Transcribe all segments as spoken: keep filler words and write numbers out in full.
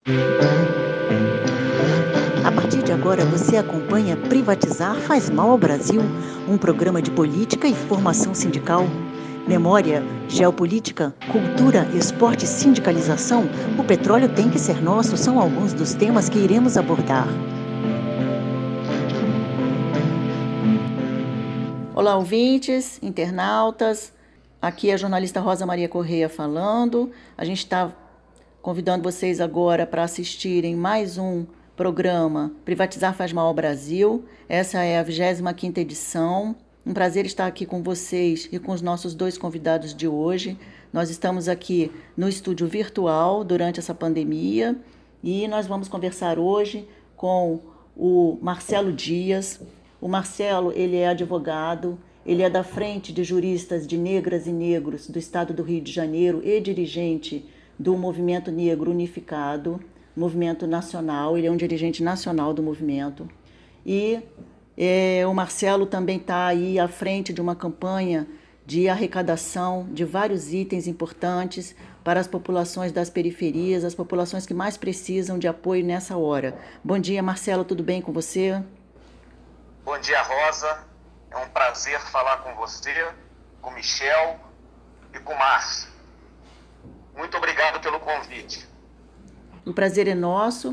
A partir de agora, você acompanha Privatizar Faz Mal ao Brasil, um programa de política e formação sindical. Memória, geopolítica, cultura, esporte e sindicalização, o petróleo tem que ser nosso, são alguns dos temas que iremos abordar. Olá, ouvintes, internautas, aqui é a jornalista Rosa Maria Correia falando. A gente está convidando vocês agora para assistirem mais um programa Privatizar Faz Mal ao Brasil. Essa é a vigésima quinta edição. Um prazer estar aqui com vocês e com os nossos dois convidados de hoje. Nós estamos aqui no estúdio virtual durante essa pandemia e nós vamos conversar hoje com o Marcelo Dias. O Marcelo, ele é advogado, ele é da Frente de Juristas de Negras e Negros do Estado do Rio de Janeiro e dirigente do Movimento Negro Unificado, movimento nacional, ele é um dirigente nacional do movimento. E é, o Marcelo também está aí à frente de uma campanha de arrecadação de vários itens importantes para as populações das periferias, as populações que mais precisam de apoio nessa hora. Bom dia, Marcelo, tudo bem com você? Bom dia, Rosa. É um prazer falar com você, com o Michel e com o Márcio. Muito obrigado pelo convite. O prazer é nosso.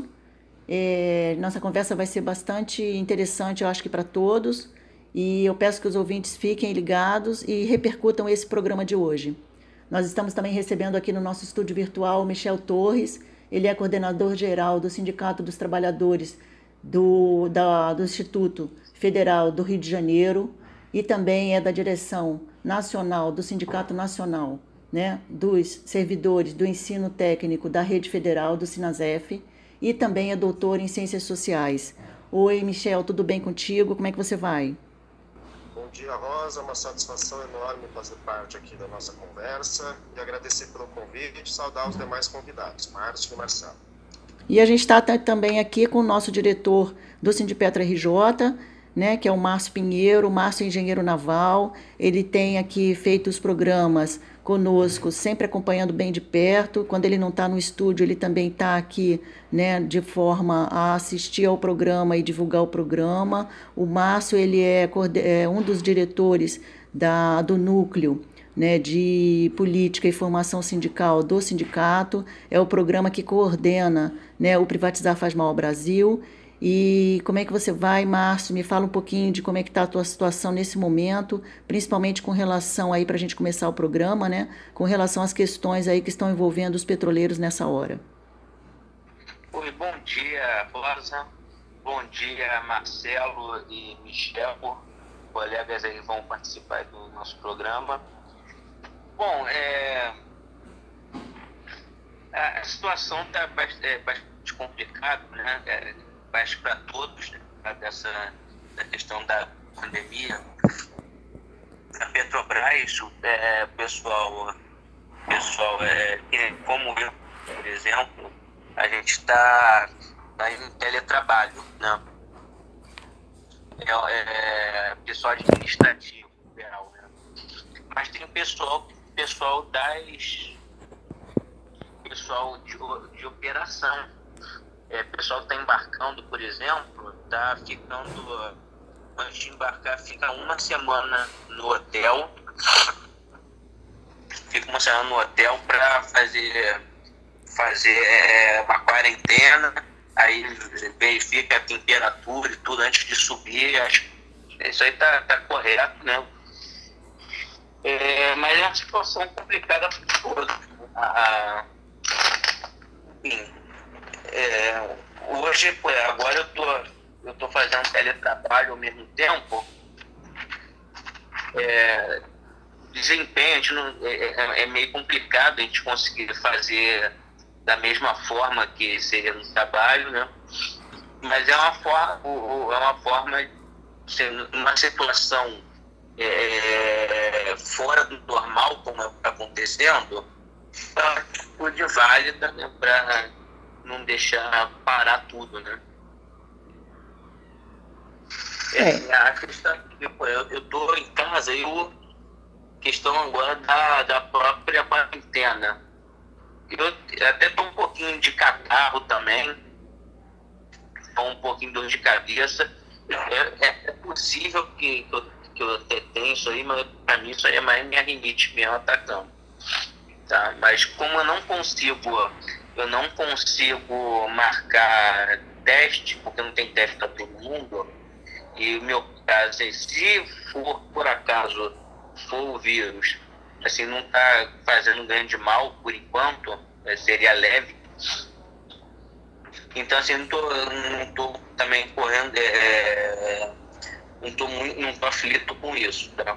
É, nossa conversa vai ser bastante interessante, eu acho que para todos. E eu peço que os ouvintes fiquem ligados e repercutam esse programa de hoje. Nós estamos também recebendo aqui no nosso estúdio virtual o Michel Torres. Ele é coordenador geral do Sindicato dos Trabalhadores do, da, do Instituto Federal do Rio de Janeiro e também é da direção nacional do Sindicato Nacional, né, dos servidores do ensino técnico da Rede Federal, do Sinasef, e também é doutor em Ciências Sociais. Oi, Michel, tudo bem contigo? Como é que você vai? Bom dia, Rosa. Uma satisfação enorme fazer parte aqui da nossa conversa e agradecer pelo convite e saudar os demais convidados, Márcio e Marcelo. E a gente está também aqui com o nosso diretor do Sindipetra R J, né, que é o Márcio Pinheiro. O Márcio é engenheiro naval, ele tem aqui feito os programas conosco, sempre acompanhando bem de perto. Quando ele não está no estúdio, ele também está aqui, né, de forma a assistir ao programa e divulgar o programa. O Márcio, ele é, é um dos diretores da, do núcleo, né, de política e formação sindical do sindicato. É o programa que coordena, né, o Privatizar Faz Mal ao Brasil. E como é que você vai, Márcio? Me fala um pouquinho de como é que está a tua situação nesse momento, principalmente com relação aí, para a gente começar o programa, né? Com relação às questões aí que estão envolvendo os petroleiros nessa hora. Oi, bom dia, Rosa. Bom dia, Marcelo e Michel. Colegas aí vão participar do nosso programa. Bom, é... a situação está bastante complicada, né? É... mas para todos, né, dessa da questão da pandemia. A Petrobras, é, pessoal, pessoal é, como eu, por exemplo, a gente está tá em teletrabalho, né? É, é pessoal administrativo, geral, né? Mas tem o pessoal, pessoal das pessoal de, de operação. É, pessoal que está embarcando, por exemplo, está ficando, antes de embarcar, fica uma semana no hotel, fica uma semana no hotel para fazer, fazer é, uma quarentena, aí verifica a temperatura e tudo antes de subir. Acho, isso aí está tá correto, né? É, mas é uma situação complicada para todos. Ah, enfim. É, hoje, agora eu tô, eu tô fazendo teletrabalho ao mesmo tempo. É, desempenho, a gente não, é, é meio complicado a gente conseguir fazer da mesma forma que seria no trabalho, né? Mas é uma forma, é uma forma, uma situação é, fora do normal, como está acontecendo, é uma atitude válida, né, para não deixar parar tudo, né? É. A questão, eu estou em casa e a questão agora da, da própria quarentena. eu até tô um pouquinho de catarro também, tô um pouquinho de dor de cabeça. É, é, é possível que, que, eu, que eu até tenha isso aí, mas para mim isso aí é mais minha rinite mesmo atacando. Tá? Mas como eu não consigo, eu não consigo marcar teste, porque não tem teste para todo mundo, e o meu caso é, se for por acaso for o vírus, assim, não está fazendo grande mal por enquanto, seria leve. Então, assim, não tô, não tô também correndo, é, não tô muito, não tô aflito com isso, tá?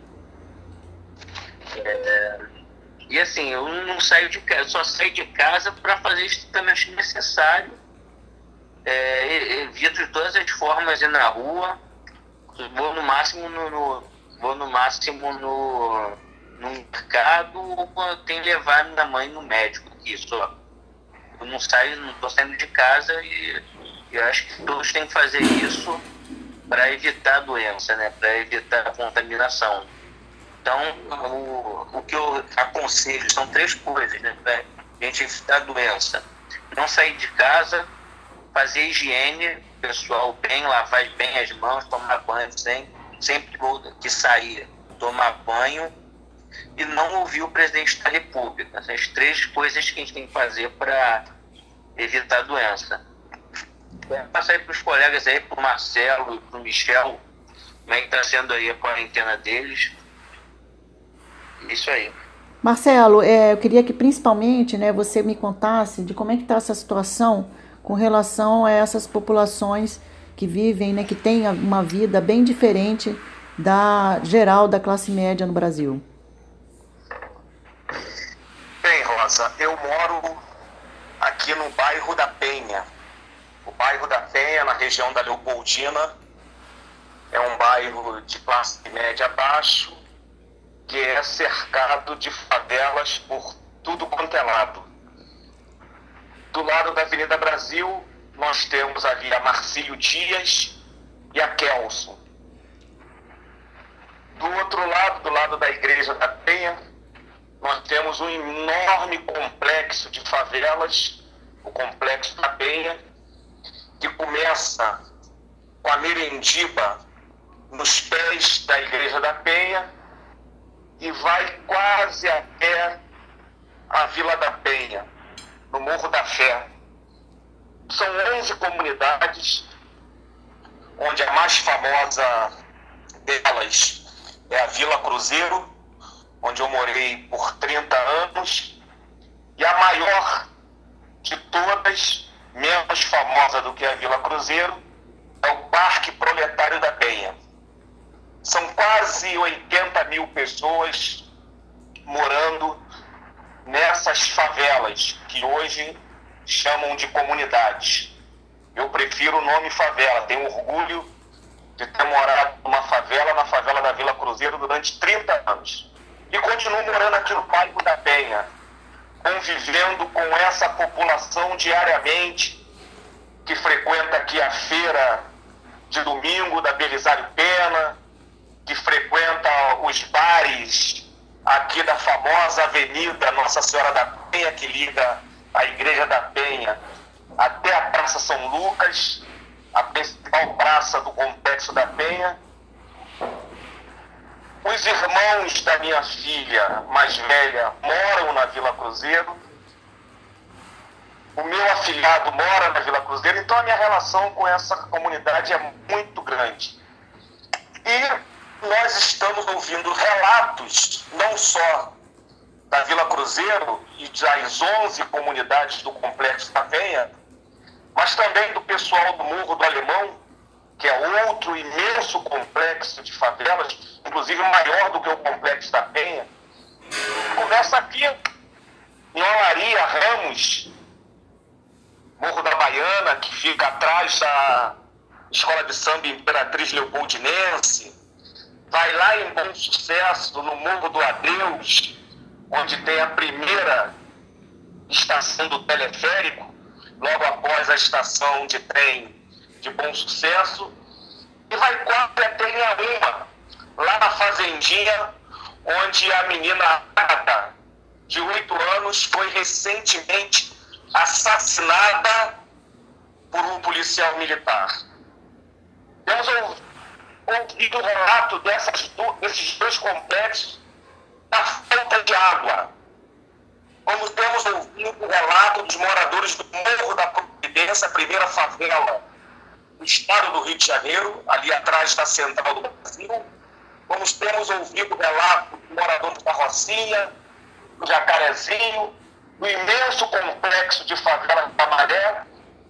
É, e assim, eu não saio de casa, eu só saio de casa para fazer estritamente necessário. É, evito de todas as formas ir na rua, vou no máximo no, no vou no máximo no, no mercado, ou quando tenho que levar minha mãe no médico, aqui só. Eu não saio, não estou saindo de casa, e eu acho que todos têm que fazer isso para evitar a doença, né? Para evitar a contaminação. Então, o, o que eu aconselho são três coisas, né? Para a gente evitar a doença: não sair de casa, fazer higiene pessoal bem, lavar bem as mãos, tomar banho sempre, sempre que sair, tomar banho, e não ouvir o presidente da República. Essas três coisas que a gente tem que fazer para evitar a doença. Vou passar aí para os colegas aí, para o Marcelo e para o Michel, como é que está sendo aí a quarentena deles. Isso aí. Marcelo, é, eu queria que principalmente, né, você me contasse de como é que está essa situação com relação a essas populações que vivem, né, que têm uma vida bem diferente da geral da classe média no Brasil. Bem, Rosa, eu moro aqui no bairro da Penha. O bairro da Penha, na região da Leopoldina, é um bairro de classe média abaixo, que é cercado de favelas por tudo quanto é lado. Do lado da Avenida Brasil, nós temos ali a Marcílio Dias e a Kelso. Do outro lado, do lado da Igreja da Penha, nós temos um enorme complexo de favelas, o Complexo da Penha, que começa com a Merendiba nos pés da Igreja da Penha e vai quase até a Vila da Penha, no Morro da Fé. São onze comunidades, onde a mais famosa delas é a Vila Cruzeiro, onde eu morei por trinta anos, e a maior de todas, menos famosa do que a Vila Cruzeiro, é o Parque Proletário da Penha. São quase oitenta mil pessoas morando nessas favelas, que hoje chamam de comunidades. Eu prefiro o nome favela, tenho orgulho de ter morado numa favela, na favela da Vila Cruzeiro, durante trinta anos. E continuo morando aqui no bairro da Penha, convivendo com essa população diariamente, que frequenta aqui a feira de domingo da Belisário Pena, que frequenta os bares aqui da famosa Avenida Nossa Senhora da Penha, que liga a Igreja da Penha até a Praça São Lucas, a principal praça do Complexo da Penha. Os irmãos da minha filha mais velha moram na Vila Cruzeiro. O meu afilhado mora na Vila Cruzeiro, então a minha relação com essa comunidade é muito grande. E nós estamos ouvindo relatos, não só da Vila Cruzeiro e das onze comunidades do Complexo da Penha, mas também do pessoal do Morro do Alemão, que é outro imenso complexo de favelas, inclusive maior do que o Complexo da Penha. Começa aqui em Olaria, Ramos, Morro da Baiana, que fica atrás da Escola de Samba Imperatriz Leopoldinense. Vai lá em Bom Sucesso, no Morro do Adeus, onde tem a primeira estação do teleférico, logo após a estação de trem de Bom Sucesso, e vai quase até Inhaúma, lá na fazendinha, onde a menina Agatha de oito anos, foi recentemente assassinada por um policial militar. Temos ouvido o relato dessas, desses dois complexos da falta de água. Como temos ouvido o relato dos moradores do Morro da Providência, a primeira favela do estado do Rio de Janeiro, ali atrás da Central do Brasil. Como temos ouvido o relato do morador da Rocinha, do Jacarezinho, do imenso complexo de favela da Maré.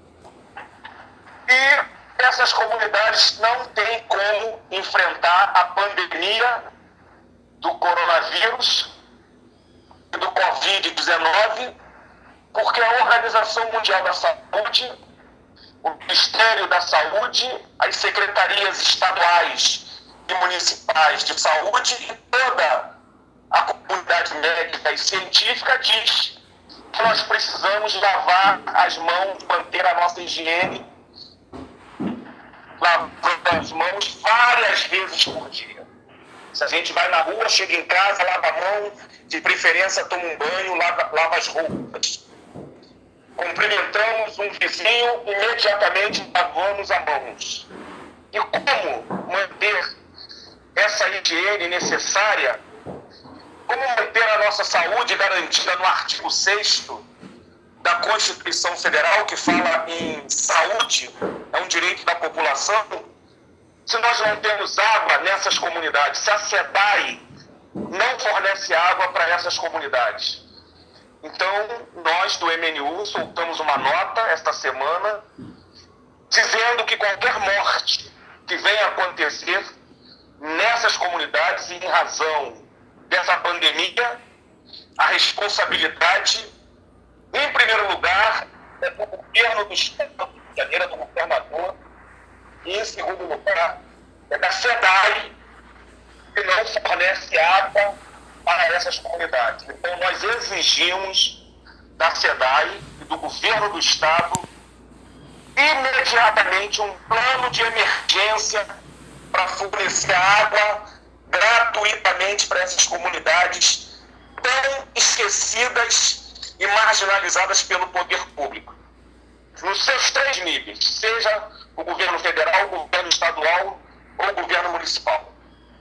E essas comunidades não têm como enfrentar a pandemia do coronavírus e do covid dezenove, porque a Organização Mundial da Saúde, o Ministério da Saúde, as secretarias estaduais e municipais de saúde e toda a comunidade médica e científica diz que nós precisamos lavar as mãos, manter a nossa higiene, lavando as mãos várias vezes por dia. Se a gente vai na rua, chega em casa, lava a mão, de preferência toma um banho, lava, lava as roupas. Cumprimentamos um vizinho, imediatamente lavamos as mãos. E como manter essa higiene necessária? Como manter a nossa saúde garantida no artigo sexto da Constituição Federal, que fala em saúde, é um direito da população, se nós não temos água nessas comunidades, se a SEDAI não fornece água para essas comunidades? Então, nós do M N U soltamos uma nota esta semana dizendo que qualquer morte que venha a acontecer nessas comunidades, em razão dessa pandemia, a responsabilidade, em primeiro lugar, é do governo do Estado do Rio de Janeiro, do governador, e em segundo lugar, é da SEDAI, que não fornece água para essas comunidades. Então, nós exigimos da SEDAI e do governo do Estado imediatamente um plano de emergência para fornecer água gratuitamente para essas comunidades tão esquecidas e marginalizadas pelo poder público, nos seus três níveis, seja o governo federal, o governo estadual ou o governo municipal.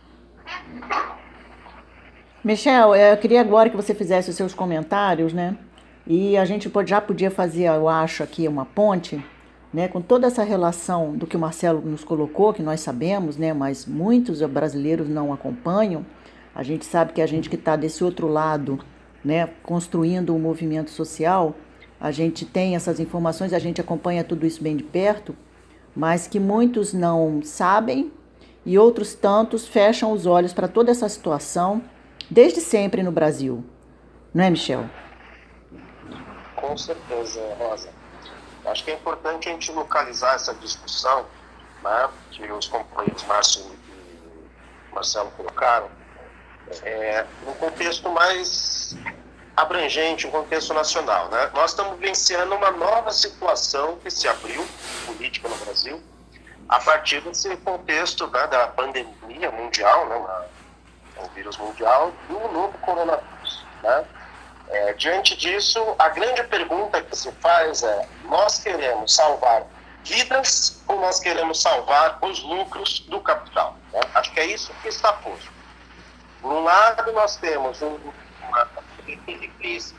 Michel, eu queria agora que você fizesse os seus comentários, né? E a gente já podia fazer, eu acho, aqui uma ponte, né, com toda essa relação do que o Marcelo nos colocou, que nós sabemos, né, mas muitos brasileiros não acompanham. A gente sabe que a gente que está desse outro lado, né, construindo um movimento social, a gente tem essas informações, a gente acompanha tudo isso bem de perto, mas que muitos não sabem e outros tantos fecham os olhos para toda essa situação desde sempre no Brasil. Não é, Michel? Com certeza, Rosa. Acho que é importante a gente localizar essa discussão, né, que os companheiros Márcio e Marcelo colocaram, é, num contexto mais abrangente, um contexto nacional. Né? Nós estamos vivenciando uma nova situação que se abriu, política no Brasil, a partir desse contexto, né, da pandemia mundial, né, uma, o vírus mundial, e o novo coronavírus. Né? É, diante disso, a grande pergunta que se faz é: nós queremos salvar vidas ou nós queremos salvar os lucros do capital? Né? Acho que é isso que está posto. Por um lado, nós temos um, uma crise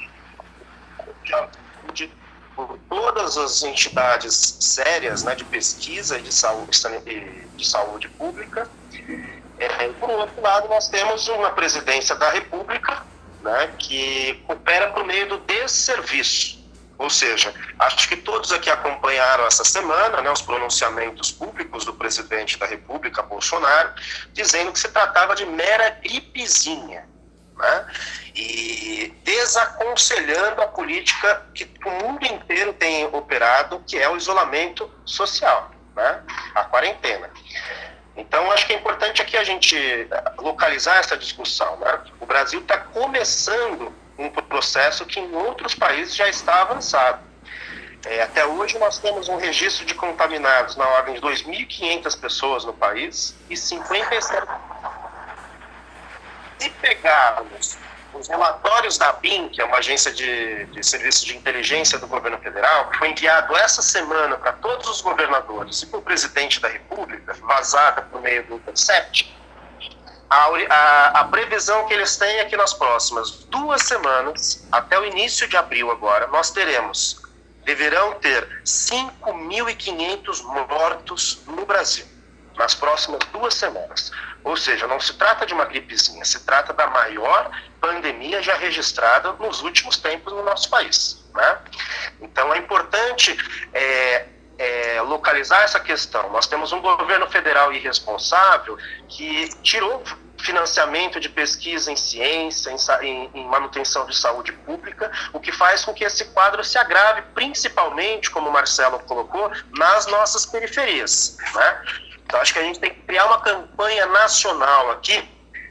de por todas as entidades sérias, né, de pesquisa e de saúde, de saúde pública. É, por outro lado, nós temos uma presidência da República, né, que opera por meio do desserviço. Ou seja, acho que todos aqui acompanharam essa semana, né, os pronunciamentos públicos do presidente da República, Bolsonaro, dizendo que se tratava de mera gripezinha, né, e desaconselhando a política que o mundo inteiro tem operado, que é o isolamento social, né, a quarentena. Então, acho que é importante aqui a gente localizar essa discussão. Né? O Brasil está começando um processo que em outros países já está avançado. É, até hoje nós temos um registro de contaminados na ordem de dois mil e quinhentas pessoas no país e cinquenta e sete. Se pegarmos os relatórios da A B I N, que é uma agência de, de serviços de inteligência do governo federal, que foi enviado essa semana para todos os governadores e para o presidente da República, vazada por meio do Intercept, a, a, a previsão que eles têm é que nas próximas duas semanas, até o início de abril agora, nós teremos, deverão ter cinco mil e quinhentos mortos no Brasil, nas próximas duas semanas. Ou seja, não se trata de uma gripezinha, se trata da maior pandemia já registrada nos últimos tempos no nosso país, né? Então é importante é, é, localizar essa questão. Nós temos um governo federal irresponsável que tirou financiamento de pesquisa em ciência, em, em manutenção de saúde pública, o que faz com que esse quadro se agrave, principalmente, como o Marcelo colocou, nas nossas periferias, né? Então, acho que a gente tem que criar uma campanha nacional aqui,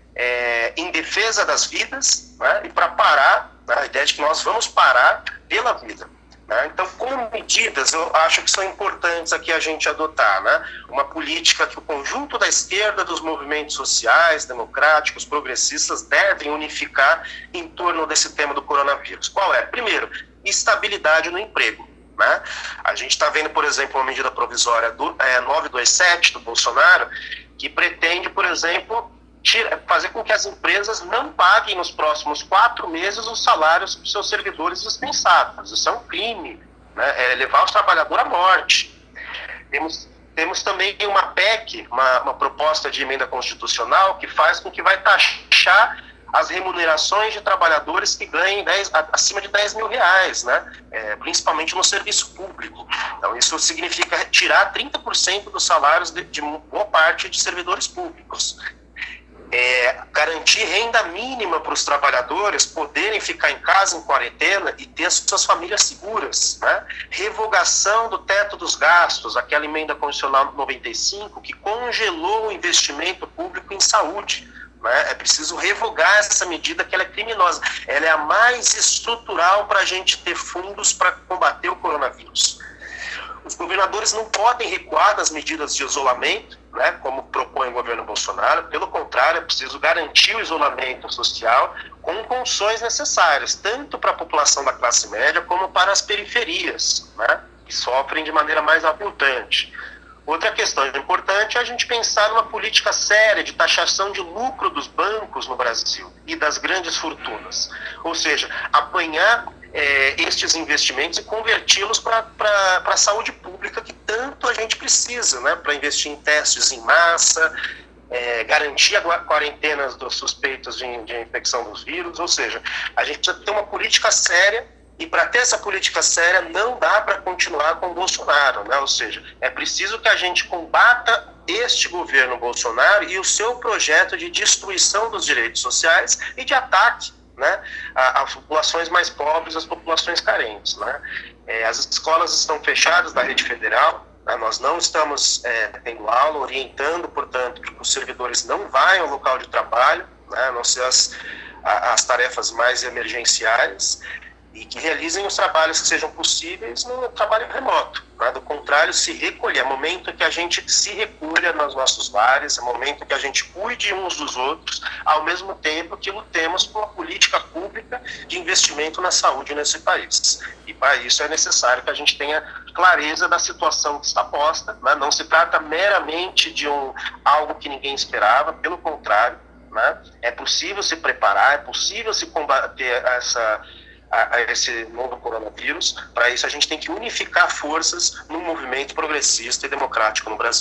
é, em defesa das vidas, né, e para parar, né, a ideia de que nós vamos parar pela vida. Né? Então, como medidas, eu acho que são importantes aqui a gente adotar, né? Uma política que o conjunto da esquerda, dos movimentos sociais, democráticos, progressistas, devem unificar em torno desse tema do coronavírus. Qual é? Primeiro, estabilidade no emprego. Né? A gente está vendo, por exemplo, uma medida provisória do é, novecentos e vinte e sete do Bolsonaro, que pretende, por exemplo, tira, fazer com que as empresas não paguem nos próximos quatro meses os salários dos seus servidores dispensados. Isso é um crime, né? É levar os trabalhadores à morte. Temos, temos também uma P E C, uma, uma proposta de emenda constitucional, que faz com que vai taxar as remunerações de trabalhadores que ganhem dez, acima de dez mil reais, né? É, principalmente no serviço público. Então, isso significa tirar trinta por cento dos salários de, de boa parte de servidores públicos. É, garantir renda mínima para os trabalhadores poderem ficar em casa em quarentena e ter as suas famílias seguras, né? Revogação do teto dos gastos, aquela emenda constitucional noventa e cinco que congelou o investimento público em saúde. Né? É preciso revogar essa medida, que ela é criminosa. Ela é a mais estrutural para a gente ter fundos para combater o coronavírus. Os governadores não podem recuar das medidas de isolamento, né, como propõe o governo Bolsonaro. Pelo contrário, é preciso garantir o isolamento social com condições necessárias, tanto para a população da classe média como para as periferias, né, que sofrem de maneira mais aviltante. Outra questão importante é a gente pensar numa política séria de taxação de lucro dos bancos no Brasil e das grandes fortunas. Ou seja, apanhar é, estes investimentos e converti-los para a saúde pública, que tanto a gente precisa, né, para investir em testes em massa, é, garantir a quarentena dos suspeitos de, de infecção dos vírus. Ou seja, a gente precisa ter uma política séria. E para ter essa política séria, não dá para continuar com o Bolsonaro, né? Ou seja, é preciso que a gente combata este governo Bolsonaro e o seu projeto de destruição dos direitos sociais e de ataque, né, às populações mais pobres, às populações carentes. Né? É, as escolas estão fechadas da rede federal, né? Nós não estamos é, tendo aula, orientando, portanto, que os servidores não vão ao local de trabalho, né, a não ser as, as tarefas mais emergenciais, e que realizem os trabalhos que sejam possíveis no trabalho remoto. Né? Do contrário, se recolher. É momento que a gente se recolha nos nossos lares, é momento que a gente cuide uns dos outros, ao mesmo tempo que lutemos por uma política pública de investimento na saúde nesse país. E para isso é necessário que a gente tenha clareza da situação que está posta. Né? Não se trata meramente de um, algo que ninguém esperava, pelo contrário, né? É possível se preparar, é possível se combater essa... a esse novo coronavírus. Para isso a gente tem que unificar forças num movimento progressista e democrático no Brasil.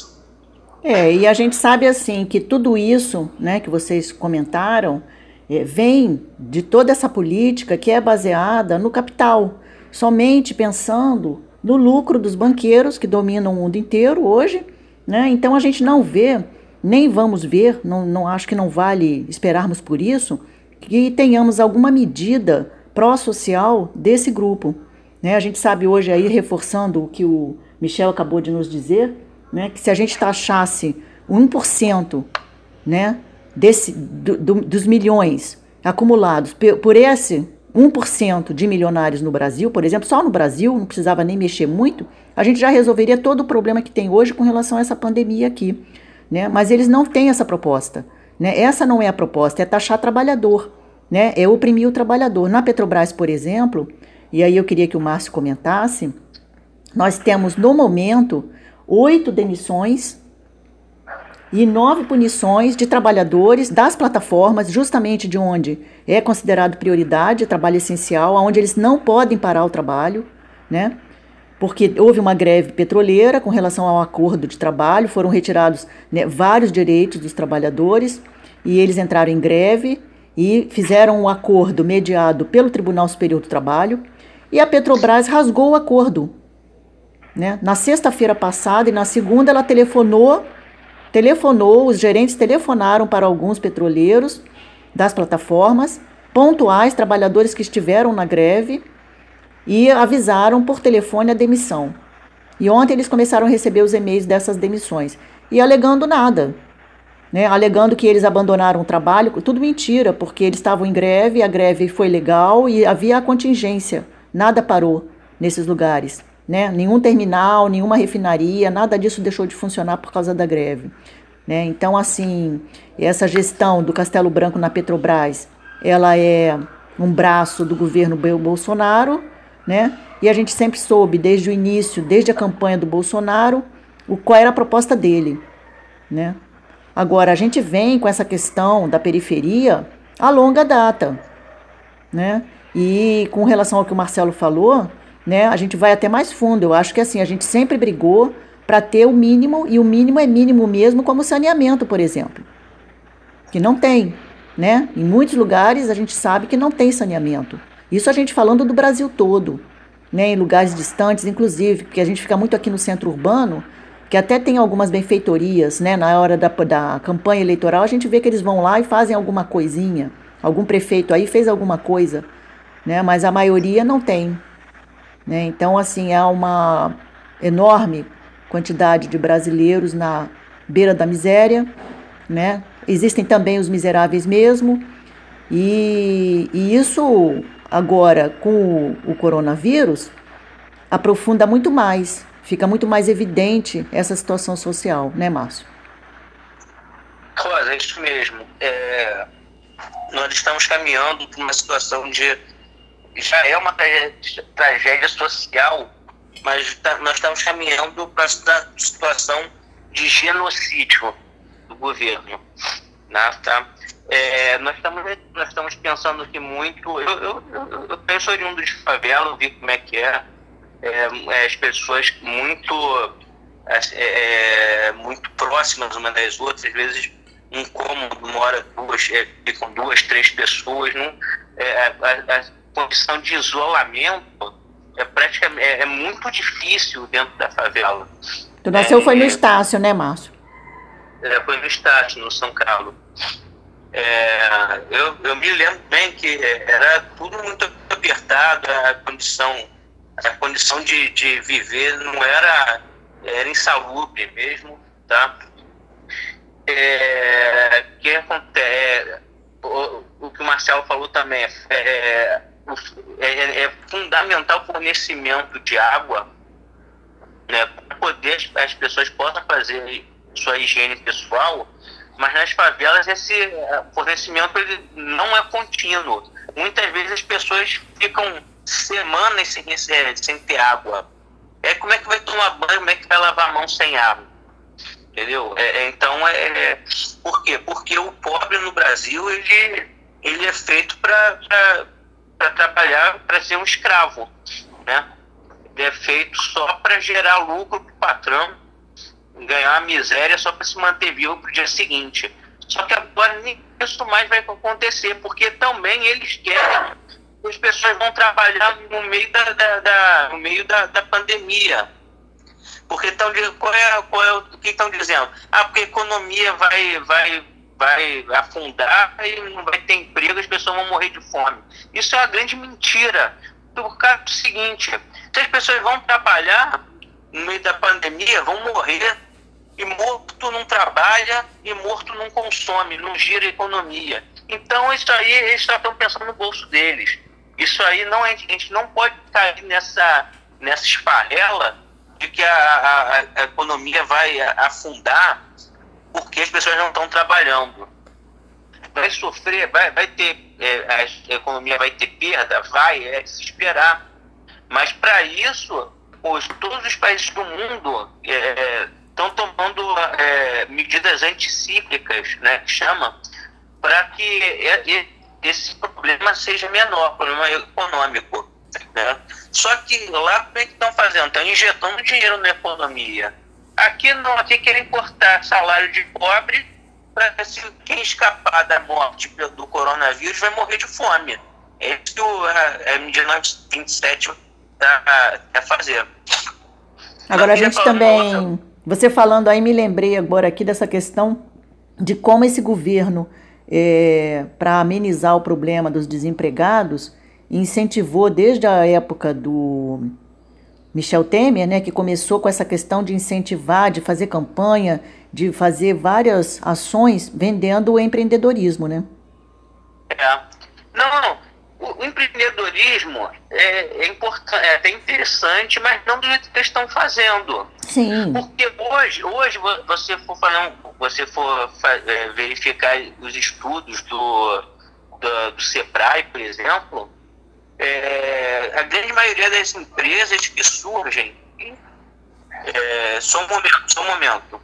É, e a gente sabe assim que tudo isso, né, que vocês comentaram, é, vem de toda essa política que é baseada no capital, somente pensando no lucro dos banqueiros que dominam o mundo inteiro hoje, né? Então a gente não vê, nem vamos ver, não, não acho que não vale esperarmos por isso, que tenhamos alguma medida pró-social desse grupo. Né? A gente sabe hoje, aí reforçando o que o Michel acabou de nos dizer, né, que se a gente taxasse um por cento, né, desse, do, do, dos milhões acumulados por esse um por cento de milionários no Brasil, por exemplo, só no Brasil, não precisava nem mexer muito, a gente já resolveria todo o problema que tem hoje com relação a essa pandemia aqui. Né? Mas eles não têm essa proposta. Né? Essa não é a proposta, é taxar trabalhador. né, é oprimir o trabalhador. Na Petrobras, por exemplo, e aí eu queria que o Márcio comentasse, nós temos, no momento, oito demissões e nove punições de trabalhadores das plataformas, justamente de onde é considerado prioridade, trabalho essencial, onde eles não podem parar o trabalho, né? Porque houve uma greve petroleira com relação ao acordo de trabalho, foram retirados, né, vários direitos dos trabalhadores e eles entraram em greve e fizeram um acordo mediado pelo Tribunal Superior do Trabalho e a Petrobras rasgou o acordo, né? Na sexta-feira passada e na segunda ela telefonou, telefonou, os gerentes telefonaram para alguns petroleiros das plataformas, pontuais, trabalhadores que estiveram na greve, e avisaram por telefone a demissão. E ontem eles começaram a receber os e-mails dessas demissões. E alegando nada, né? Alegando que eles abandonaram o trabalho, tudo mentira, porque eles estavam em greve, a greve foi legal e havia a contingência. Nada parou nesses lugares, né? Nenhum terminal, nenhuma refinaria, nada disso deixou de funcionar por causa da greve, né? Então, assim, essa gestão do Castelo Branco na Petrobras, ela é um braço do governo Bolsonaro, né? E a gente sempre soube, desde o início, desde a campanha do Bolsonaro, o, qual era a proposta dele, né? Agora, a gente vem com essa questão da periferia a longa data, né? E com relação ao que o Marcelo falou, né, a gente vai até mais fundo. Eu acho que assim, a gente sempre brigou para ter o mínimo, e o mínimo é mínimo mesmo, como saneamento, por exemplo, que não tem, né? Em muitos lugares a gente sabe que não tem saneamento. Isso a gente falando do Brasil todo, né, em lugares distantes, inclusive, porque a gente fica muito aqui no centro urbano, que até tem algumas benfeitorias, né, na hora da, da campanha eleitoral, a gente vê que eles vão lá e fazem alguma coisinha, algum prefeito aí fez alguma coisa, né, mas a maioria não tem, né, então, assim, há uma enorme quantidade de brasileiros na beira da miséria, né, existem também os miseráveis mesmo, e, e isso... Agora, com o, o coronavírus, aprofunda muito mais, fica muito mais evidente essa situação social, né, Márcio? Rosa, é isso mesmo. É, nós estamos caminhando para uma situação de... Já é uma tragédia, tragédia social, mas tá, nós estamos caminhando para a situação de genocídio do governo, né, tá? É, nós, estamos, nós estamos pensando aqui muito. Eu, eu, eu, eu sou oriundo de favela, eu vi como é que é, é as pessoas muito, é, muito próximas umas das outras. Às vezes, um cômodo mora duas, é, ficam duas, três pessoas. Não, é, a, a condição de isolamento é, praticamente, é, é muito difícil dentro da favela. Tu nasceu é, foi no é, Estácio, né, Márcio? É, foi no Estácio, no São Carlos. É, eu, eu me lembro bem que era tudo muito apertado, a condição, a condição de, de viver não era, era insalubre mesmo, tá? É, que acontece, o, o que o Marcelo falou também, é, é, é fundamental o fornecimento de água, né, para poder as pessoas possam fazer sua higiene pessoal. Mas nas favelas esse fornecimento ele não é contínuo. Muitas vezes as pessoas ficam semanas sem, sem ter água. É, como é que vai tomar banho, como é que vai lavar a mão sem água? Entendeu? É, então, é, é, por quê? Porque o pobre no Brasil ele, ele é feito para trabalhar, para ser um escravo, né? Ele é feito só para gerar lucro para o patrão, ganhar a miséria só para se manter vivo para o dia seguinte. Só que agora nem isso mais vai acontecer, porque também eles querem que as pessoas vão trabalhar no meio da, da, da, no meio da, da pandemia. Porque estão qual é, qual é o que estão dizendo? Ah, porque a economia vai, vai, vai afundar e não vai ter emprego, as pessoas vão morrer de fome. Isso é uma grande mentira. Por causa do seguinte, se as pessoas vão trabalhar no meio da pandemia, vão morrer. E morto não trabalha, e morto não consome, não gira a economia. Então, isso aí, eles só estão pensando no bolso deles. Isso aí, não, a gente não pode cair nessa, nessa esfarela de que a, a, a economia vai afundar porque as pessoas não estão trabalhando. vai sofrer, vai, vai ter, é, a economia vai ter perda, vai, é de se esperar. Mas para isso, os, todos os países do mundo estão é, tomando é, medidas anticíclicas, né, que chama, para que é, esse problema seja menor, problema econômico. Né? Só que lá como é que estão fazendo? Estão injetando dinheiro na economia. Aqui não, aqui querem cortar salário de pobre para se quem escapar da morte do coronavírus vai morrer de fome. É isso que o, a, a medida vinte e sete está a fazer. Agora a gente também, outra... você falando aí, me lembrei agora aqui dessa questão de como esse governo, é, para amenizar o problema dos desempregados, incentivou desde a época do Michel Temer, né, que começou com essa questão de incentivar, de fazer campanha, de fazer várias ações vendendo o empreendedorismo, né? É. Não, não. O empreendedorismo é, é importante, é até interessante, mas não do jeito que eles estão fazendo. Sim. Porque hoje, hoje você for fazer um, você for é, verificar os estudos do, do, do Sebrae, por exemplo, é, a grande maioria das empresas que surgem, é, só um momento, só um momento.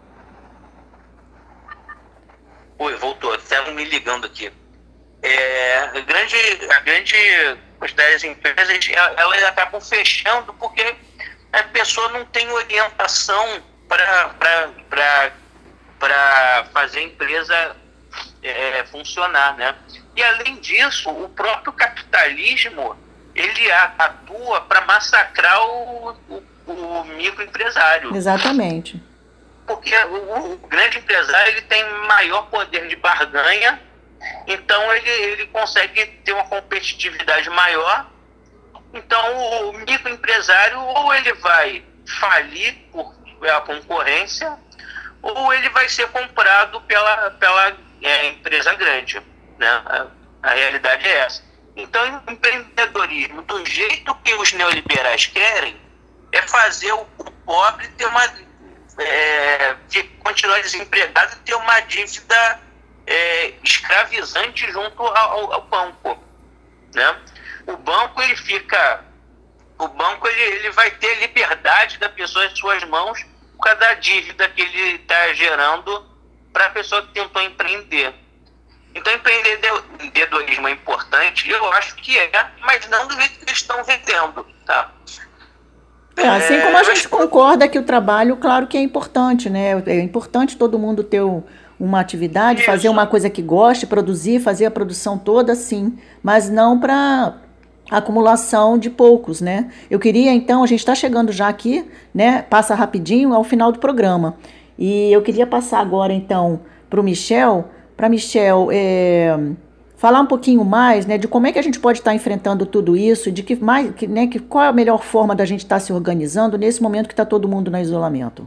Oi, voltou, estão me ligando aqui. É, a grande, a grande quantidade das empresas, elas acabam fechando porque a pessoa não tem orientação para fazer a empresa é, funcionar, né? E além disso, o próprio capitalismo, ele atua para massacrar o, o, o microempresário. Exatamente. Porque o, o grande empresário, ele tem maior poder de barganha, então ele, ele consegue ter uma competitividade maior. Então o microempresário ou ele vai falir por, pela concorrência, ou ele vai ser comprado pela, pela é, empresa grande, né? A, a realidade é essa. Então o empreendedorismo, do jeito que os neoliberais querem, é fazer o, o pobre ter uma, é, continuar desempregado e ter uma dívida É, escravizante junto ao, ao banco, né? O banco ele fica, o banco ele, ele vai ter liberdade da pessoa em suas mãos por causa da dívida que ele está gerando para a pessoa que tentou empreender. Então empreendedorismo é importante, eu acho que é, mas não do jeito que eles estão vendendo, tá? É, assim é, como a gente concorda que o trabalho, claro que é importante, né? É importante todo mundo ter o uma atividade, Isso. fazer uma coisa que goste, produzir, fazer a produção toda, sim, mas não para acumulação de poucos, né? Eu queria, então, a gente está chegando já aqui, né? Passa rapidinho ao final do programa. E eu queria passar agora, então, para o Michel, para Michel é, falar um pouquinho mais, né, de como é que a gente pode estar tá enfrentando tudo isso, de que mais, que, né, que qual é a melhor forma da gente estar tá se organizando nesse momento que está todo mundo no isolamento.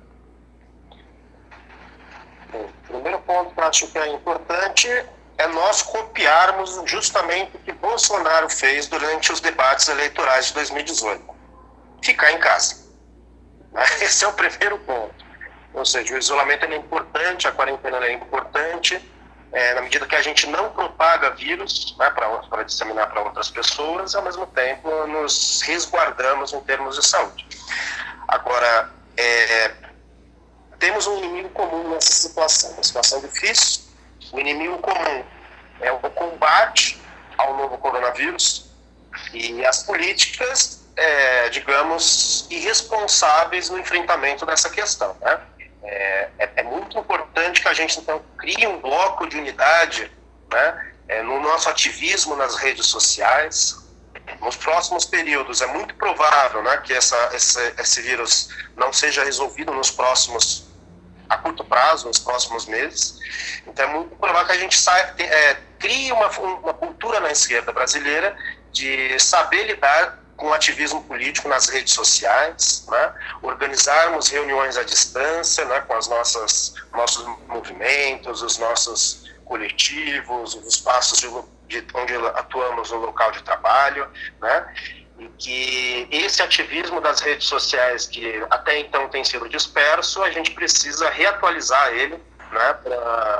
O primeiro ponto que eu acho que é importante é nós copiarmos justamente o que Bolsonaro fez durante os debates eleitorais de dois mil e dezoito. Ficar em casa. Esse é o primeiro ponto. Ou seja, o isolamento é importante, a quarentena é importante, é, na medida que a gente não propaga vírus, né, para disseminar para outras pessoas, ao mesmo tempo nos resguardamos em termos de saúde. Agora, é, temos um inimigo comum nessa situação, uma situação difícil. O inimigo comum é o combate ao novo coronavírus e as políticas, é, digamos, irresponsáveis no enfrentamento dessa questão, né? É, é, é muito importante que a gente, então, crie um bloco de unidade, né, é, no nosso ativismo nas redes sociais. Nos próximos períodos, é muito provável, né, que essa, esse, esse vírus não seja resolvido nos próximos, a curto prazo, nos próximos meses. Então é muito provável que a gente saia, é, crie uma, uma cultura na esquerda brasileira de saber lidar com o ativismo político nas redes sociais, né, organizarmos reuniões à distância, né, com as nossas nossos movimentos, os nossos coletivos, os espaços de, de onde atuamos no local de trabalho, né, e que esse ativismo das redes sociais, que até então tem sido disperso, a gente precisa reatualizar ele, né,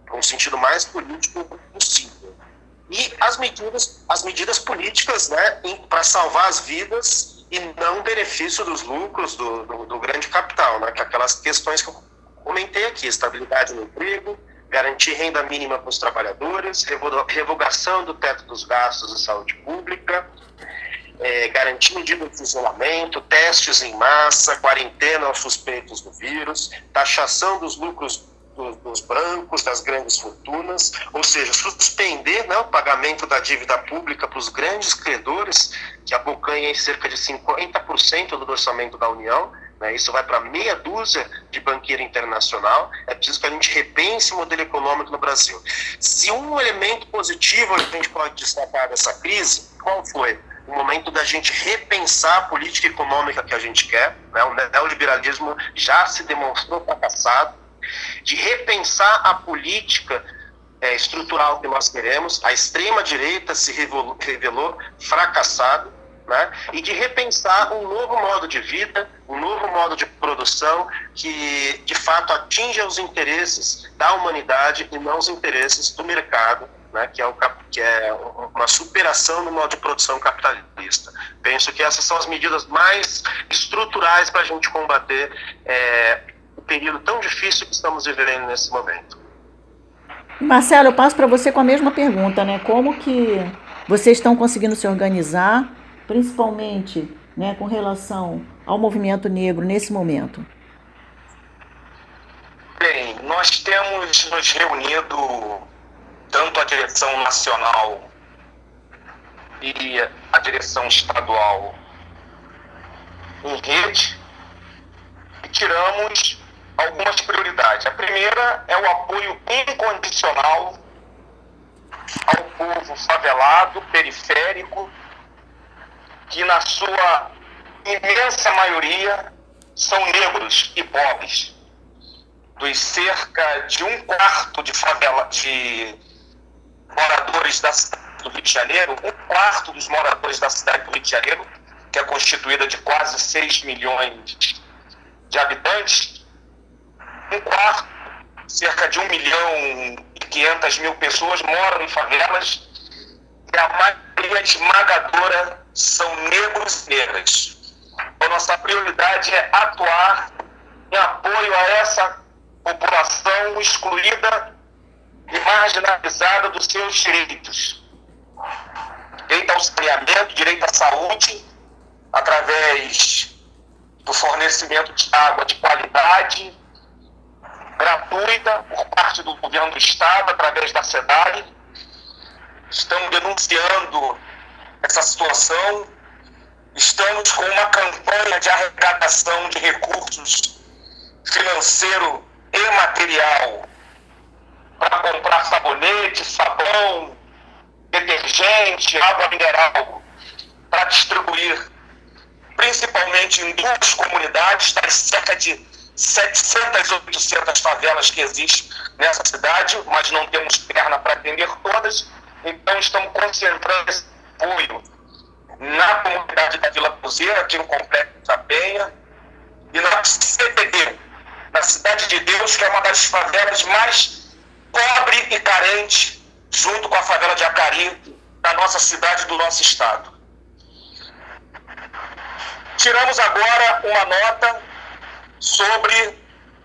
no sentido mais político possível. E as medidas, as medidas políticas, né, para salvar as vidas e não benefício dos lucros do, do, do grande capital, né, que é aquelas questões que eu comentei aqui, estabilidade no emprego, garantir renda mínima para os trabalhadores, revogação do teto dos gastos de saúde pública, é, garantir medidas de isolamento, testes em massa, quarentena aos suspeitos do vírus, taxação dos lucros dos, dos brancos, das grandes fortunas, ou seja, suspender, né, o pagamento da dívida pública para os grandes credores, que abocanham cerca de cinquenta por cento do orçamento da União. Né, isso vai para meia dúzia de banqueiro internacional. É preciso que a gente repense o modelo econômico no Brasil. Se um elemento positivo a gente pode destacar dessa crise, qual foi? O momento da gente repensar a política econômica que a gente quer, né? O neoliberalismo já se demonstrou fracassado, de repensar a política é, estrutural que nós queremos. A extrema-direita se revelou, revelou fracassado, né? E de repensar um novo modo de vida, um novo modo de produção que, de fato, atinja os interesses da humanidade e não os interesses do mercado, né? que, é o, que é uma superação no modo de produção capitalista. Penso que essas são as medidas mais estruturais para a gente combater é, o período tão difícil que estamos vivendo nesse momento. Marcelo, eu passo para você com a mesma pergunta, né? Como que vocês estão conseguindo se organizar, principalmente, né, com relação ao movimento negro nesse momento? Bem, nós temos nos reunido tanto a direção nacional e a direção estadual em rede e tiramos algumas prioridades. A primeira é o apoio incondicional ao povo favelado, periférico, que na sua imensa maioria são negros e pobres. Dos cerca de um quarto de favela, de moradores da cidade do Rio de Janeiro, um quarto dos moradores da cidade do Rio de Janeiro, que é constituída de quase seis milhões de habitantes, um quarto, cerca de um milhão e quinhentas mil pessoas moram em favelas, e a maioria esmagadora são negros e negras. Então, nossa prioridade é atuar em apoio a essa população excluída e marginalizada dos seus direitos. Direito ao saneamento, direito à saúde, através do fornecimento de água de qualidade, gratuita, por parte do governo do Estado, através da SEDAI. Estamos denunciando essa situação. Estamos com uma campanha de arrecadação de recursos financeiro e material para comprar sabonete, sabão, detergente, água mineral, para distribuir principalmente em duas comunidades, das cerca de setecentas, oitocentas favelas que existem nessa cidade, mas não temos perna para atender todas. Então estamos concentrando esse apoio na comunidade da Vila Cruzeiro, aqui no Complexo da Penha, e na C D D, na Cidade de Deus, que é uma das favelas mais pobre e carente, junto com a favela de Acari, da nossa cidade e do nosso estado. Tiramos agora uma nota sobre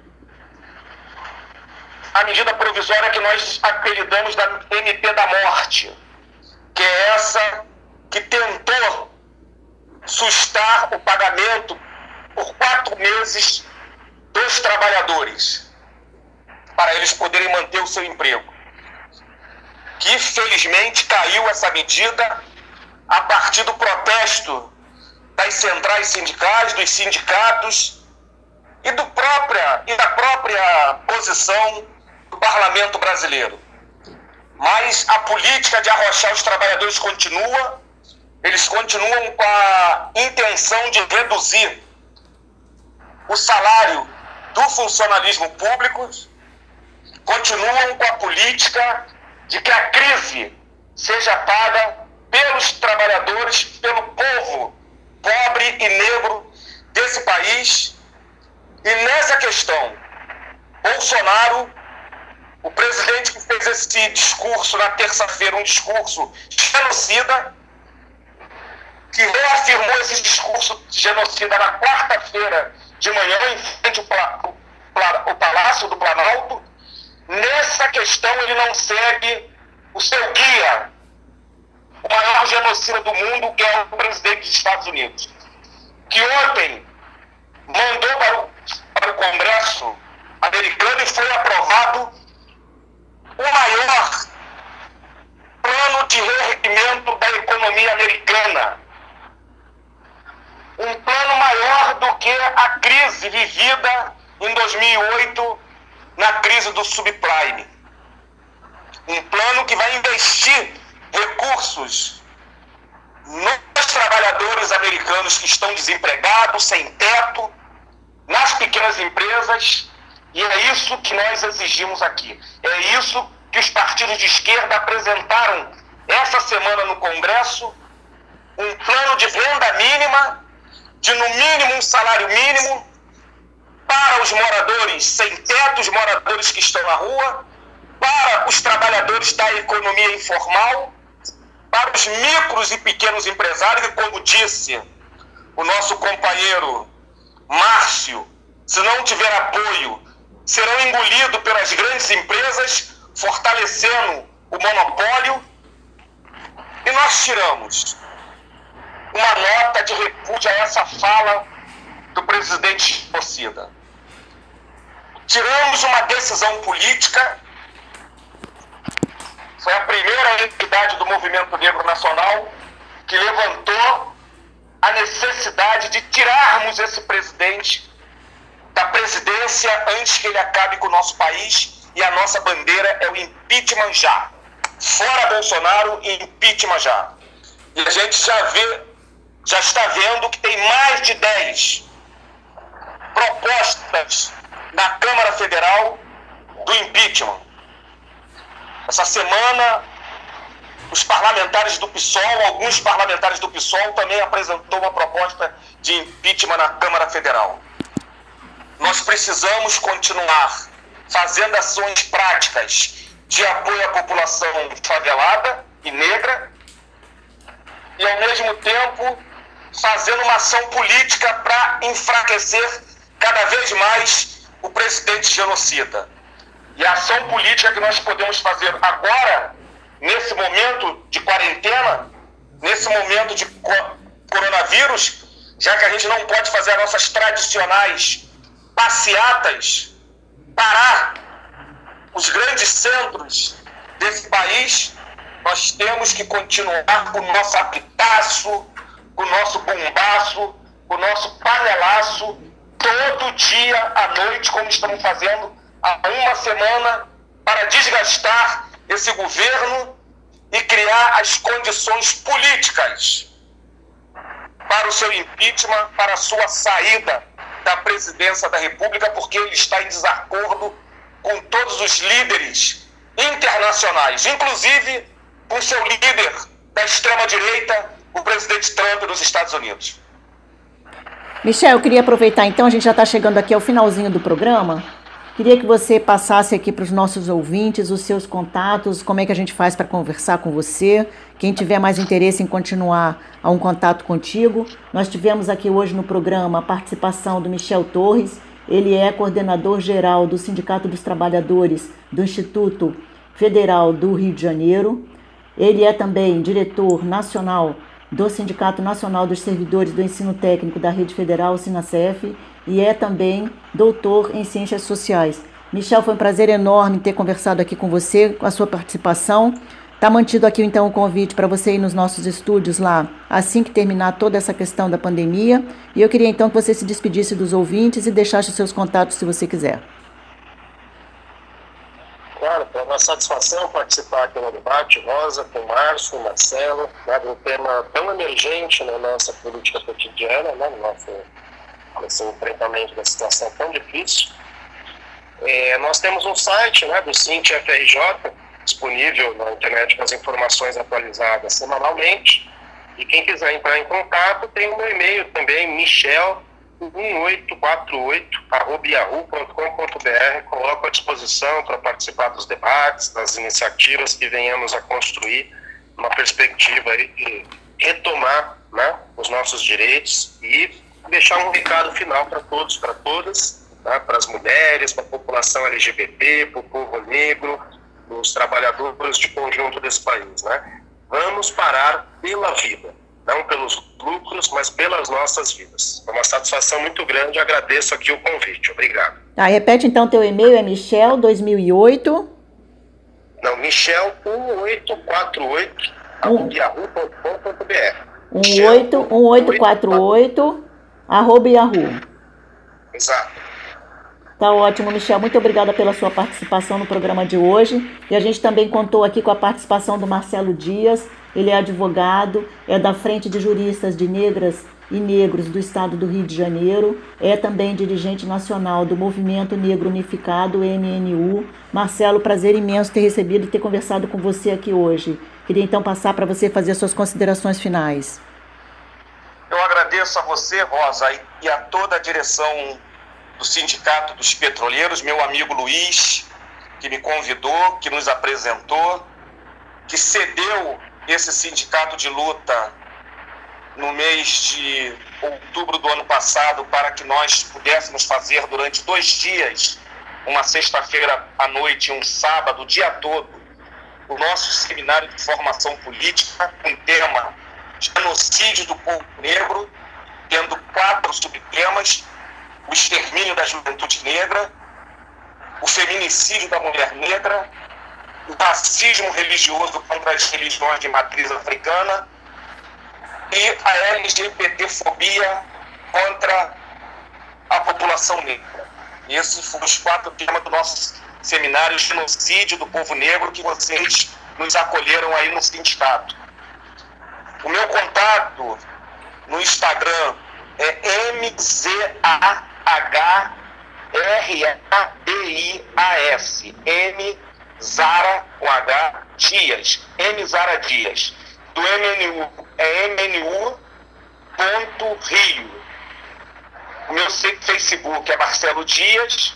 a medida provisória que nós apelidamos da M P da morte, que é essa que tentou sustar o pagamento por quatro meses dos trabalhadores, para eles poderem manter o seu emprego. Que, felizmente, caiu essa medida a partir do protesto das centrais sindicais, dos sindicatos e, do própria, e da própria posição do parlamento brasileiro. Mas a política de arrochar os trabalhadores continua. Eles continuam com a intenção de reduzir o salário do funcionalismo público, continuam com a política de que a crise seja paga pelos trabalhadores, pelo povo pobre e negro desse país. E nessa questão, Bolsonaro o presidente que fez esse discurso na terça-feira, um discurso genocida, que reafirmou esse discurso genocida na quarta-feira de manhã, em frente ao Palácio do Planalto. Nessa questão, ele não segue o seu guia, o maior genocida do mundo, que é o presidente dos Estados Unidos, que ontem mandou para o, para o Congresso americano e foi aprovado o maior plano de reerguimento da economia americana. Um plano maior do que a crise vivida em dois mil e oito, na crise do subprime. Um plano que vai investir recursos nos trabalhadores americanos que estão desempregados, sem teto, nas pequenas empresas, e é isso que nós exigimos aqui. É isso que os partidos de esquerda apresentaram essa semana no Congresso, um plano de renda mínima, de no mínimo um salário mínimo, para os moradores sem teto, os moradores que estão na rua, para os trabalhadores da economia informal, para os micros e pequenos empresários, que, como disse o nosso companheiro Márcio, se não tiver apoio, serão engolidos pelas grandes empresas, fortalecendo o monopólio. E nós tiramos uma nota de repúdio a essa fala do presidente genocida. Tiramos uma decisão política. Foi a primeira entidade do Movimento Negro Nacional que levantou a necessidade de tirarmos esse presidente da presidência antes que ele acabe com o nosso país, e a nossa bandeira é o impeachment já. Fora Bolsonaro e impeachment já. E a gente já vê, já está vendo que tem mais de dez propostas na Câmara Federal do impeachment. Essa semana, os parlamentares do PSOL, alguns parlamentares do PSOL também apresentou uma proposta de impeachment na Câmara Federal. Nós precisamos continuar fazendo ações práticas de apoio à população favelada e negra e, ao mesmo tempo, fazendo uma ação política para enfraquecer cada vez mais o presidente genocida. E a ação política que nós podemos fazer agora, nesse momento de quarentena, nesse momento de co- coronavírus, já que a gente não pode fazer as nossas tradicionais passeatas, parar os grandes centros desse país, nós temos que continuar com o nosso apitaço, com o nosso bombaço, com o nosso panelaço, todo dia à noite, como estamos fazendo há uma semana, para desgastar esse governo e criar as condições políticas para o seu impeachment, para a sua saída da presidência da República, porque ele está em desacordo com todos os líderes internacionais, inclusive com seu líder da extrema-direita, o presidente Trump dos Estados Unidos. Michel, eu queria aproveitar, então, a gente já está chegando aqui ao finalzinho do programa. Queria que você passasse aqui para os nossos ouvintes os seus contatos, como é que a gente faz para conversar com você. Quem tiver mais interesse em continuar a um contato contigo. Nós tivemos aqui hoje no programa a participação do Michel Torres. Ele é coordenador geral do Sindicato dos Trabalhadores do Instituto Federal do Rio de Janeiro. Ele é também diretor nacional do Sindicato Nacional dos Servidores do Ensino Técnico da Rede Federal, SINASEF, e é também doutor em Ciências Sociais. Michel, foi um prazer enorme ter conversado aqui com você, com a sua participação. Está mantido aqui, então, o convite para você ir nos nossos estúdios lá, assim que terminar toda essa questão da pandemia. E eu queria, então, que você se despedisse dos ouvintes e deixasse os seus contatos, se você quiser. Claro, é uma satisfação participar aqui no debate, Rosa, com o Márcio, o Marcelo, né, de um tema tão emergente na nossa política cotidiana, né, no nosso nesse enfrentamento da situação tão difícil. É, nós temos um site, né, do Sint F R J, disponível na internet com as informações atualizadas semanalmente. E quem quiser entrar em contato, tem o meu e-mail também, michel um oito quatro oito arroba yahoo ponto com ponto br. Coloco à disposição para participar dos debates, das iniciativas que venhamos a construir uma perspectiva aí de retomar, né, os nossos direitos e deixar um recado final para todos, para todas, né, para as mulheres, para a população L G B T, para o povo negro, os trabalhadores de conjunto desse país, né? Vamos parar pela vida, não pelos lucros, mas pelas nossas vidas. É uma satisfação muito grande, agradeço aqui o convite. Obrigado. Tá, repete então teu e-mail, é michel dois mil e oito. Não, michel um oito quatro oito arroba yahoo ponto com ponto br. um oito quatro oito arroba yahoo. Exato. Tá ótimo, Michel. Muito obrigada pela sua participação no programa de hoje. E a gente também contou aqui com a participação do Marcelo Dias. Ele é advogado, é da Frente de Juristas de Negras e Negros do Estado do Rio de Janeiro. É também dirigente nacional do Movimento Negro Unificado, M N U. Marcelo, prazer imenso ter recebido e ter conversado com você aqui hoje. Queria então passar para você fazer suas considerações finais. Eu agradeço a você, Rosa, e a toda a direção do Sindicato dos Petroleiros, meu amigo Luiz, que me convidou, que nos apresentou, que cedeu esse sindicato de luta no mês de outubro do ano passado para que nós pudéssemos fazer durante dois dias, uma sexta-feira à noite e um sábado, o dia todo, o nosso seminário de formação política, com o tema Genocídio do Povo Negro, tendo quatro subtemas: o extermínio da juventude negra, o feminicídio da mulher negra, o racismo religioso contra as religiões de matriz africana e a L G B T-fobia contra a população negra. Esses foram os quatro temas do nosso seminário Genocídio do Povo Negro, que vocês nos acolheram aí no sindicato. O meu contato no Instagram é M Z A H R A D I A S, M Zara com H Dias, M Zara Dias. Do M N U é M N U ponto Rio. O meu Facebook é Marcelo Dias.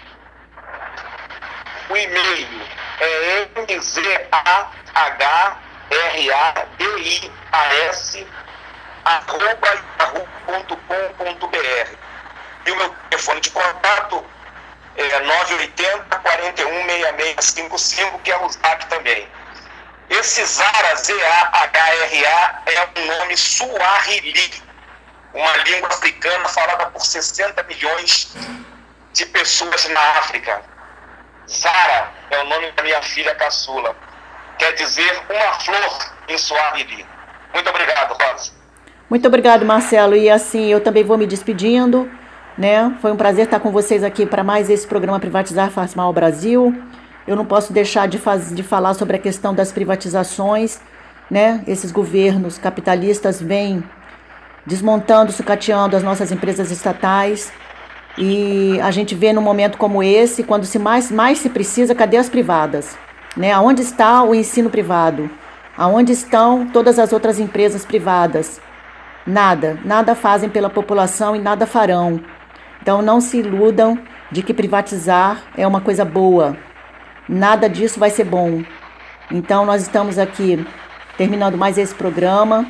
O e-mail é M Z A H R A D I A S arroba yahoo ponto com ponto br. E o meu telefone de contato é nove oito zero, quatro um, seis seis cinco cinco, que é o Zap também. Esse Zara, Z A H R A, é um nome suahili, uma língua africana falada por sessenta milhões de pessoas na África. Zara é o nome da minha filha caçula. Quer dizer uma flor em suahili. Muito obrigado, Rosa. Muito obrigado, Marcelo. E assim, eu também vou me despedindo, né? Foi um prazer estar com vocês aqui para mais esse programa Privatizar Faz Mal ao Brasil. Eu não posso deixar de, faz, de falar sobre a questão das privatizações, né? Esses governos capitalistas vêm desmontando, sucateando as nossas empresas estatais. E a gente vê num momento como esse, quando se mais, mais se precisa, cadê as privadas? Né? Aonde está o ensino privado? Aonde estão todas as outras empresas privadas? Nada, nada fazem pela população e nada farão. Então não se iludam de que privatizar é uma coisa boa. Nada disso vai ser bom. Então nós estamos aqui terminando mais esse programa.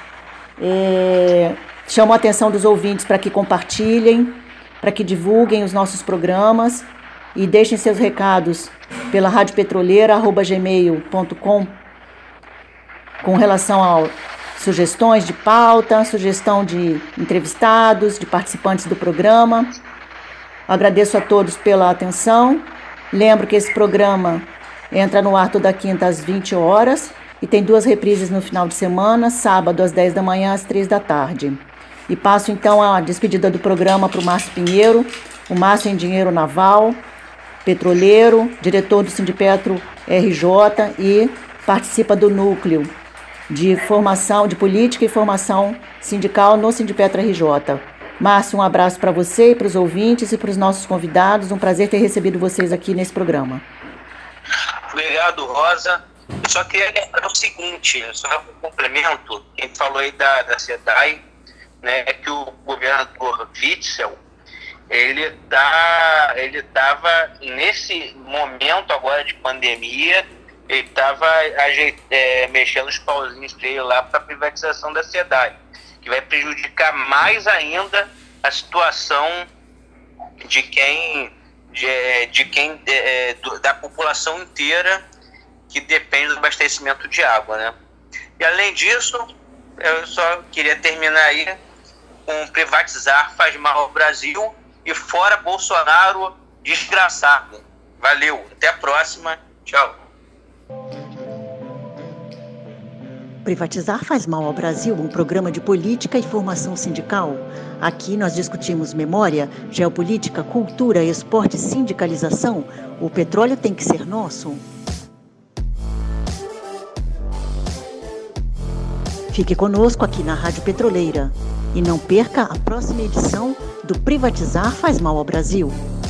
É, chamo a atenção dos ouvintes para que compartilhem, para que divulguem os nossos programas e deixem seus recados pela rádio petroleira arroba gmail ponto com com relação a sugestões de pauta, sugestão de entrevistados, de participantes do programa. Agradeço a todos pela atenção. Lembro que esse programa entra no ar toda quinta às vinte horas e tem duas reprises no final de semana, sábado às dez da manhã às três da tarde. E passo então a despedida do programa para o Márcio Pinheiro, o Márcio é engenheiro naval, petroleiro, diretor do Sindipetro R J e participa do núcleo de formação, de política e formação sindical no Sindipetro R J. Márcio, um abraço para você e para os ouvintes e para os nossos convidados. Um prazer ter recebido vocês aqui nesse programa. Obrigado, Rosa. Eu só queria lembrar o seguinte, só um complemento, quem falou aí da, da SEDAI, né, que o governador Witzel, ele tá, ele estava nesse momento agora de pandemia, ele estava é, mexendo os pauzinhos dele lá para a privatização da SEDAI, que vai prejudicar mais ainda a situação de quem, de, de quem de, do, da população inteira que depende do abastecimento de água, né? E além disso, eu só queria terminar aí com privatizar faz mal ao Brasil e fora Bolsonaro desgraçado. Valeu, até a próxima, tchau. Privatizar faz mal ao Brasil, um programa de política e formação sindical. Aqui nós discutimos memória, geopolítica, cultura, esporte, sindicalização. O petróleo tem que ser nosso. Fique conosco aqui na Rádio Petroleira e não perca a próxima edição do Privatizar faz mal ao Brasil.